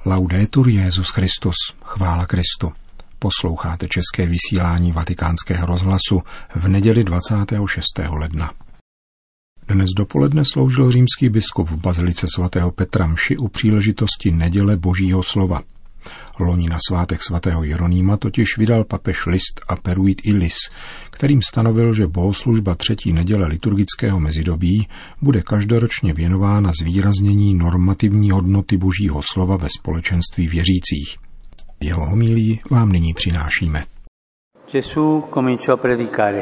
Laudetur Jesus Christus, chvála Kristu. Posloucháte české vysílání Vatikánského rozhlasu v neděli 26. ledna. Dnes dopoledne sloužil římský biskup v bazilice svatého Petra mši u příležitosti neděle Božího slova. Loni na svátek svatého Jeronýma totiž vydal papež list Aperuit illis, kterým stanovil, že bohoslužba třetí neděle liturgického mezidobí bude každoročně věnována zvýraznění normativní hodnoty Božího slova ve společenství věřících. Jeho homilii vám nyní přinášíme. Gesù cominciò a predicare.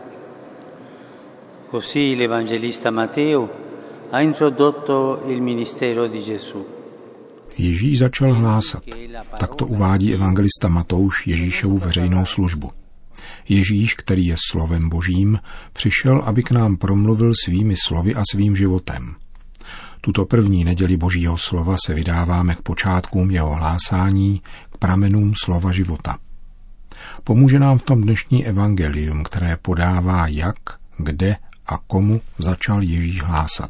Così l'evangelista Matteo ha introdotto il ministero di Gesù. Ježíš začal hlásat. Tak to uvádí evangelista Matouš Ježíšovu veřejnou službu. Ježíš, který je slovem Božím, přišel, aby k nám promluvil svými slovy a svým životem. Tuto první neděli Božího slova se vydáváme k počátkům jeho hlásání, k pramenům slova života. Pomůže nám v tom dnešní evangelium, které podává jak, kde a komu začal Ježíš hlásat.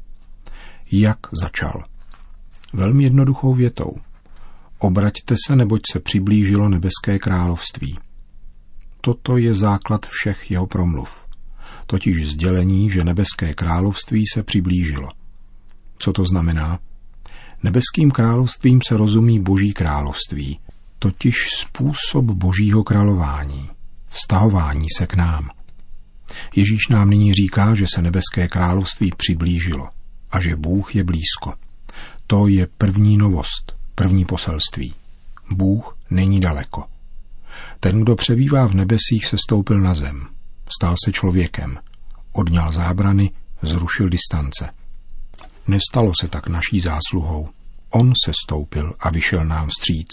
Jak začal? Velmi jednoduchou větou. Obraťte se, neboť se přiblížilo nebeské království. Toto je základ všech jeho promluv. Totiž sdělení, že nebeské království se přiblížilo. Co to znamená? Nebeským královstvím se rozumí Boží království, totiž způsob Božího králování, vztahování se k nám. Ježíš nám nyní říká, že se nebeské království přiblížilo a že Bůh je blízko. To je první novost, první poselství. Bůh není daleko. Ten, kdo přebývá v nebesích, se stoupil na zem. Stal se člověkem. Odňal zábrany, zrušil distance. Nestalo se tak naší zásluhou. On se stoupil a vyšel nám vstříc.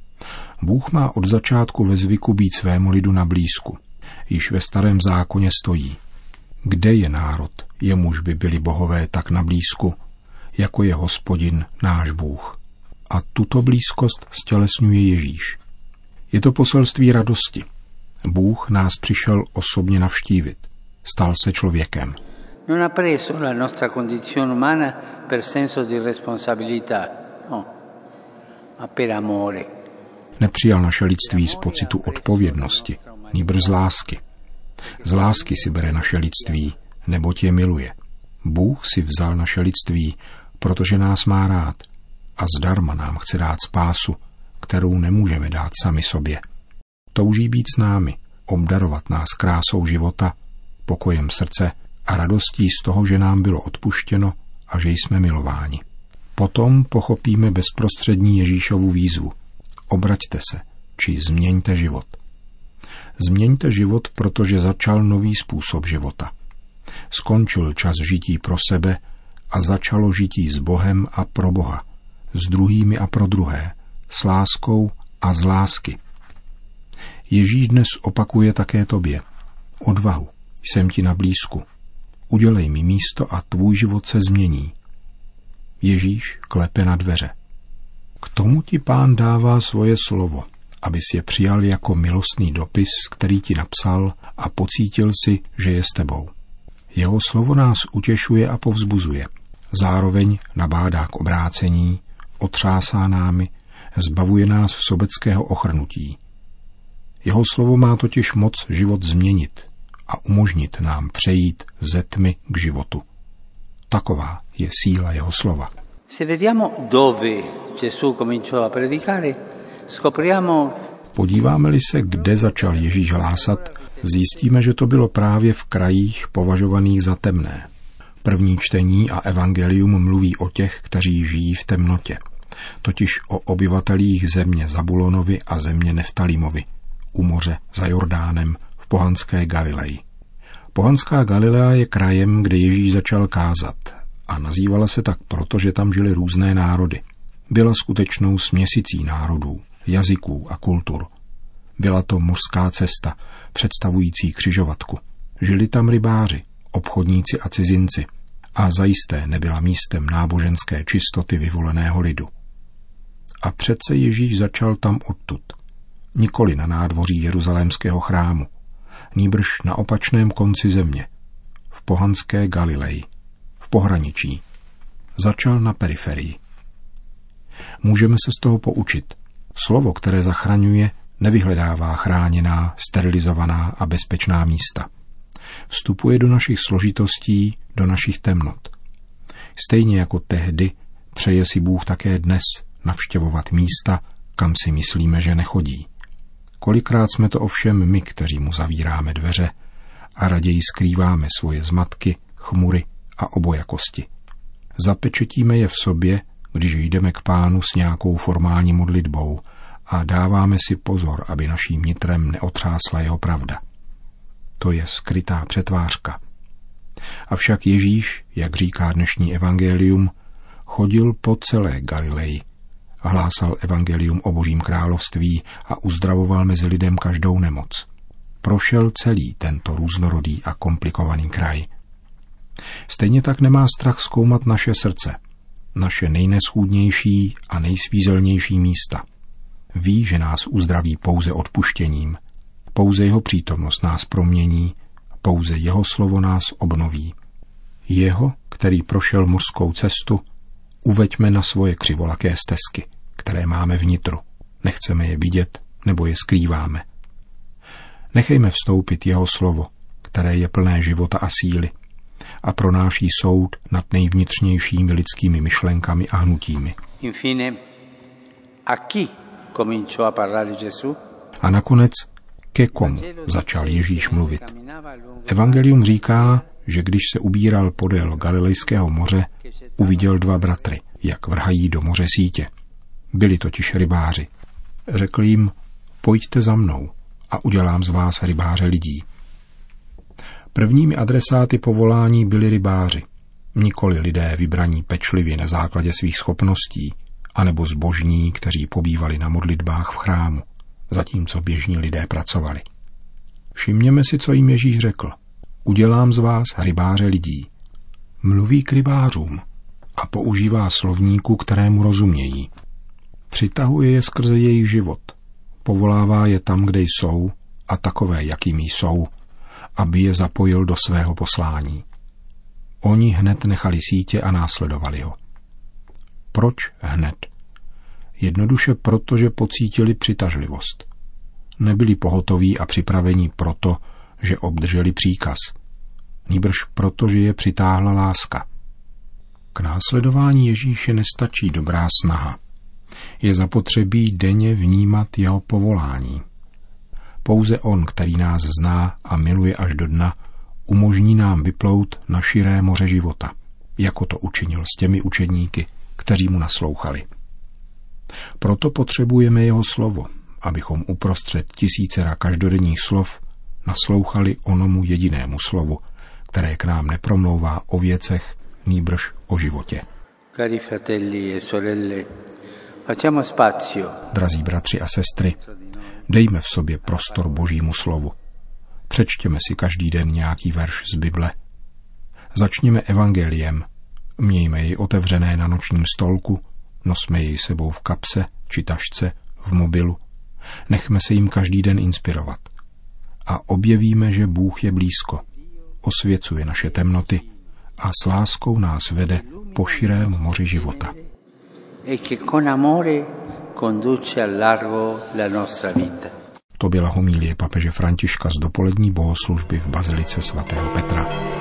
Bůh má od začátku ve zvyku být svému lidu na blízku. Již ve starém zákoně stojí. Kde je národ, jemuž by byli bohové tak na blízku, jako je Hospodin, náš Bůh. A tuto blízkost stělesňuje Ježíš. Je to poselství radosti. Bůh nás přišel osobně navštívit. Stal se člověkem. Non ha preso la nostra condizione umana per senso di responsabilità, no, ma per amore. Nepřijal naše lidství z pocitu odpovědnosti, nýbrž z lásky. Z lásky si bere naše lidství, neboť je miluje. Bůh si vzal naše lidství, protože nás má rád a zdarma nám chce dát spásu, kterou nemůžeme dát sami sobě. Touží být s námi, obdarovat nás krásou života, pokojem srdce a radostí z toho, že nám bylo odpuštěno a že jsme milováni. Potom pochopíme bezprostřední Ježíšovu výzvu. Obraťte se, či změňte život. Změňte život, protože začal nový způsob života. Skončil čas žití pro sebe a začalo žití s Bohem a pro Boha, s druhými a pro druhé, s láskou a z lásky. Ježíš dnes opakuje také tobě. Odvahu, jsem ti na blízku. Udělej mi místo a tvůj život se změní. Ježíš klepe na dveře. K tomu ti Pán dává svoje slovo, abys je přijal jako milostný dopis, který ti napsal a pocítil si, že je s tebou. Jeho slovo nás utěšuje a povzbuzuje. Zároveň nabádá k obrácení, otřásá námi, zbavuje nás sobeckého ochrnutí. Jeho slovo má totiž moc život změnit a umožnit nám přejít ze tmy k životu. Taková je síla jeho slova. Podíváme-li se, kde začal Ježíš hlásat, zjistíme, že to bylo právě v krajích považovaných za temné. První čtení a evangelium mluví o těch, kteří žijí v temnotě, totiž o obyvatelích země Zabulonovi a země Neftalimovi, u moře za Jordánem v pohanské Galileji. Pohanská Galilea je krajem, kde Ježíš začal kázat a nazývala se tak proto, že tam žily různé národy. Byla skutečnou směsicí národů, jazyků a kultur. Byla to mořská cesta, představující křižovatku. Žili tam rybáři, obchodníci a cizinci a zajisté nebyla místem náboženské čistoty vyvoleného lidu. A přece Ježíš začal tam odtud. Nikoli na nádvoří jeruzalémského chrámu, nýbrž na opačném konci země, v pohanské Galileji, v pohraničí. Začal na periferii. Můžeme se z toho poučit. Slovo, které zachraňuje, nevyhledává chráněná, sterilizovaná a bezpečná místa. Vstupuje do našich složitostí, do našich temnot. Stejně jako tehdy, přeje si Bůh také dnes navštěvovat místa, kam si myslíme, že nechodí. Kolikrát jsme to ovšem my, kteří mu zavíráme dveře a raději skrýváme svoje zmatky, chmury a obojakosti. Zapečetíme je v sobě, když jdeme k Pánu s nějakou formální modlitbou a dáváme si pozor, aby naším nitrem neotřásla jeho pravda. To je skrytá přetvářka. Avšak Ježíš, jak říká dnešní evangelium, chodil po celé Galileji, hlásal evangelium o Božím království a uzdravoval mezi lidem každou nemoc. Prošel celý tento různorodý a komplikovaný kraj. Stejně tak nemá strach zkoumat naše srdce, naše nejneschůdnější a nejsvízelnější místa. Ví, že nás uzdraví pouze odpuštěním, pouze jeho přítomnost nás promění, pouze jeho slovo nás obnoví. Jeho, který prošel mořskou cestu, uveďme na svoje křivolaké stezky, které máme vnitru. Nechceme je vidět, nebo je skrýváme. Nechejme vstoupit jeho slovo, které je plné života a síly a pronáší soud nad nejvnitřnějšími lidskými myšlenkami a hnutími. Infine, a chi cominciò a parlare Gesù? A nakonec, ke komu začal Ježíš mluvit? Evangelium říká, že když se ubíral podél Galilejského moře, uviděl 2 bratry, jak vrhají do moře sítě. Byli totiž rybáři. Řekl jim, pojďte za mnou a udělám z vás rybáře lidí. Prvními adresáty povolání byli rybáři, nikoli lidé vybraní pečlivě na základě svých schopností, anebo zbožní, kteří pobývali na modlitbách v chrámu, zatímco běžní lidé pracovali. Všimněme si, co jim Ježíš řekl. Udělám z vás rybáře lidí. Mluví k rybářům a používá slovníku, kterému rozumějí. Přitahuje je skrze jejich život. Povolává je tam, kde jsou a takové, jakými jsou, aby je zapojil do svého poslání. Oni hned nechali sítě a následovali ho. Proč hned? Jednoduše proto, že pocítili přitažlivost. Nebyli pohotoví a připravení proto, že obdrželi příkaz. Nýbrž proto, že je přitáhla láska. K následování Ježíše nestačí dobrá snaha. Je zapotřebí denně vnímat jeho povolání. Pouze on, který nás zná a miluje až do dna, umožní nám vyplout na širé moře života, jako to učinil s těmi učedníky, kteří mu naslouchali. Proto potřebujeme jeho slovo, abychom uprostřed tisícera každodenních slov naslouchali onomu jedinému slovu, které k nám nepromlouvá o věcech, nýbrž o životě. Cari fratelli e sorelle, facciamo spazio. Drazí bratři a sestry, dejme v sobě prostor Božímu slovu. Přečtěme si každý den nějaký verš z Bible. Začněme evangeliem. Mějme jej otevřené na nočním stolku, nosme jej sebou v kapse či tašce, v mobilu. Nechme se jim každý den inspirovat. A objevíme, že Bůh je blízko. Osvěcuje naše temnoty a s láskou nás vede po širém moři života. To byla homilie papeže Františka z dopolední bohoslužby v bazilice svatého Petra.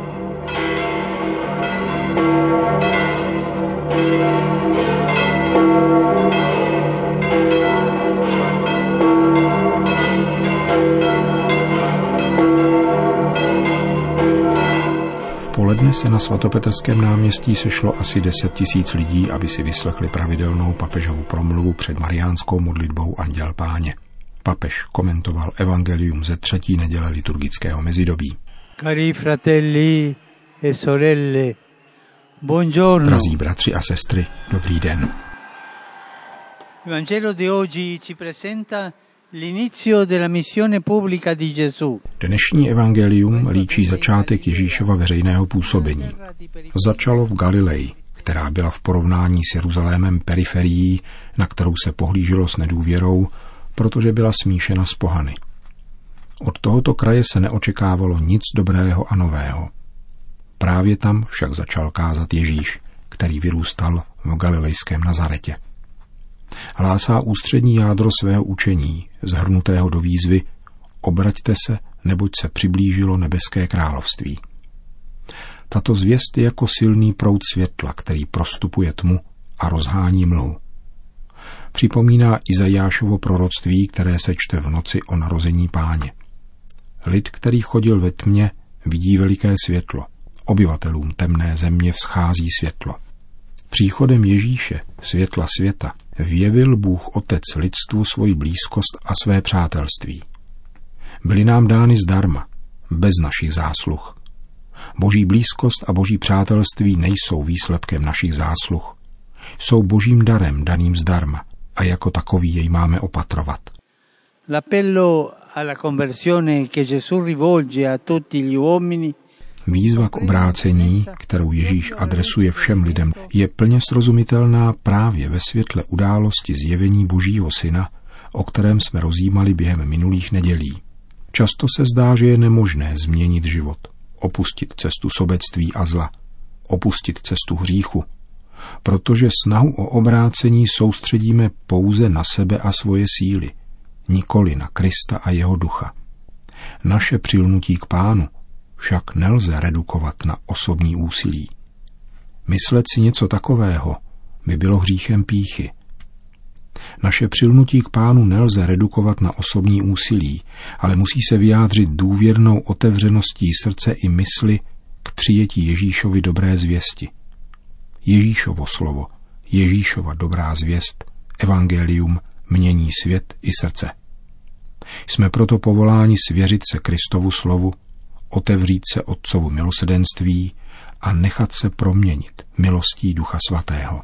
Poledne se na svatopetrském náměstí sešlo asi 10 000 lidí, aby si vyslechli pravidelnou papežovu promluvu před mariánskou modlitbou Anděl Páně. Papež komentoval evangelium ze 3. neděle liturgického mezidobí. Cari fratelli e sorelle, buongiorno. Drazí bratři a sestry, dobrý den. Evangelo di oggi ci presenta l'inizio della missione pubblica di Gesù. Dnešní evangelium líčí začátek Ježíšova veřejného působení. Začalo v Galileji, která byla v porovnání s Jeruzalémem periferií, na kterou se pohlíželo s nedůvěrou, protože byla smíšena s pohany. Od tohoto kraje se neočekávalo nic dobrého a nového. Právě tam však začal kázat Ježíš, který vyrůstal v galilejském Nazaretě. Hlásá ústřední jádro svého učení, zhrnutého do výzvy: obraťte se, neboť se přiblížilo nebeské království. Tato zvěst je jako silný proud světla, který prostupuje tmu a rozhání mlhu. Připomíná Izajášovo proroctví, které se čte v noci o narození Páně. Lid, který chodil ve tmě, vidí veliké světlo. Obyvatelům temné země vzchází světlo. Příchodem Ježíše, světla světa, vjevil Bůh Otec lidstvu svoji blízkost a své přátelství. Byly nám dány zdarma, bez našich zásluh. Boží blízkost a boží přátelství nejsou výsledkem našich zásluh. Jsou božím darem daným zdarma a jako takový jej máme opatrovat. L'appello alla conversione che Gesù rivolge a tutti gli uomini. Výzva k obrácení, kterou Ježíš adresuje všem lidem, je plně srozumitelná právě ve světle události zjevení Božího Syna, o kterém jsme rozjímali během minulých nedělí. Často se zdá, že je nemožné změnit život, opustit cestu sobectví a zla, opustit cestu hříchu, protože snahu o obrácení soustředíme pouze na sebe a svoje síly, nikoli na Krista a jeho ducha. Naše přilnutí k Pánu však nelze redukovat na osobní úsilí. Myslet si něco takového by bylo hříchem pýchy. Naše přilnutí k Pánu nelze redukovat na osobní úsilí, ale musí se vyjádřit důvěrnou otevřeností srdce i mysli k přijetí Ježíšovy dobré zvěsti. Ježíšovo slovo, Ježíšova dobrá zvěst, evangelium mění svět i srdce. Jsme proto povoláni svěřit se Kristovu slovu, otevřít se Otcovu milosedenství a nechat se proměnit milostí Ducha Svatého.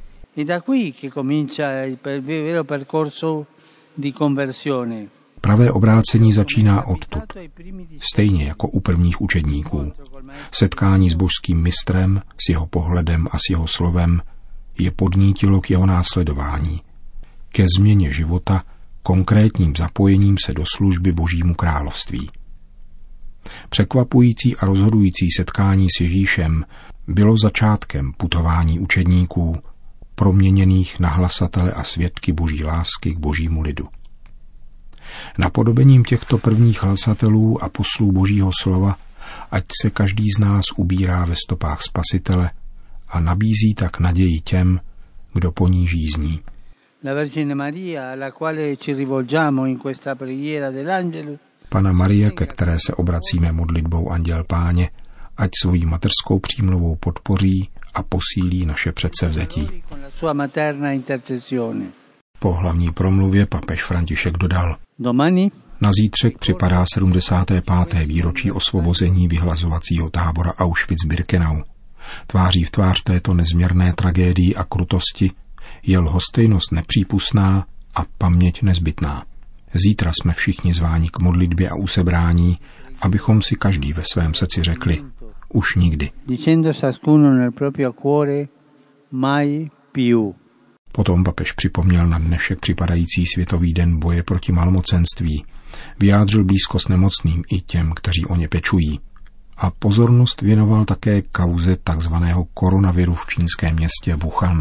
Pravé obrácení začíná odtud, stejně jako u prvních učedníků. Setkání s božským mistrem, s jeho pohledem a s jeho slovem je podnítilo k jeho následování, ke změně života, konkrétním zapojením se do služby Božímu království. Překvapující a rozhodující setkání s Ježíšem bylo začátkem putování učedníků, proměněných na hlasatele a svědky Boží lásky k Božímu lidu. Napodobením těchto prvních hlasatelů a poslů Božího slova, ať se každý z nás ubírá ve stopách Spasitele a nabízí tak naději těm, kdo po ní žízní. Panna Maria, ke které se obracíme modlitbou Anděl Páně, ať svojí mateřskou přímluvou podpoří a posílí naše předsevzetí. Po hlavní promluvě papež František dodal: na zítřek připadá 75. výročí osvobození vyhlazovacího tábora Auschwitz-Birkenau. Tváří v tvář této nezměrné tragédii a krutosti je lhostejnost nepřípustná a paměť nezbytná. Zítra jsme všichni zváni k modlitbě a usebrání, abychom si každý ve svém srdci řekli: už nikdy. Potom papež připomněl na dnešek připadající Světový den boje proti malmocenství, vyjádřil blízkost nemocným i těm, kteří o ně pečují, a pozornost věnoval také kauze takzvaného koronaviru v čínském městě Wuhan.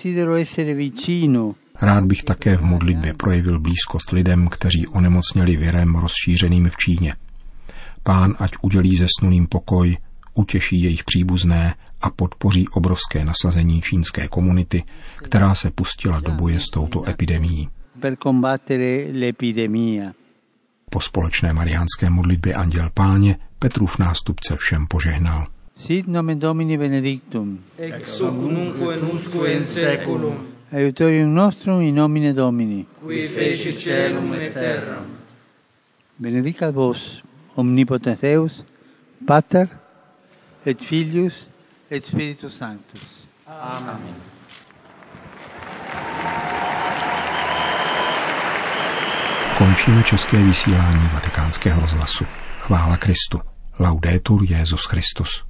Rád bych také v modlitbě projevil blízkost lidem, kteří onemocněli virem rozšířeným v Číně. Pán ať udělí zesnulým pokoj, utěší jejich příbuzné a podpoří obrovské nasazení čínské komunity, která se pustila do boje s touto epidemií. Po společné mariánské modlitbě Anděl Páně Petrův nástupce všem požehnal. Sit nomen Domini benedictum. Ex hoc nunc et usque in seculum. Aiutorium nostrum in nomine Domini. Qui feci caelum et terram. Benedicat vos omnipotens Deus, Pater et Filius et Spiritus Sanctus. Amen. Končíme české vysílání Vatikánského rozhlasu. Chvála Kristu. Laudetur Jesus Christus.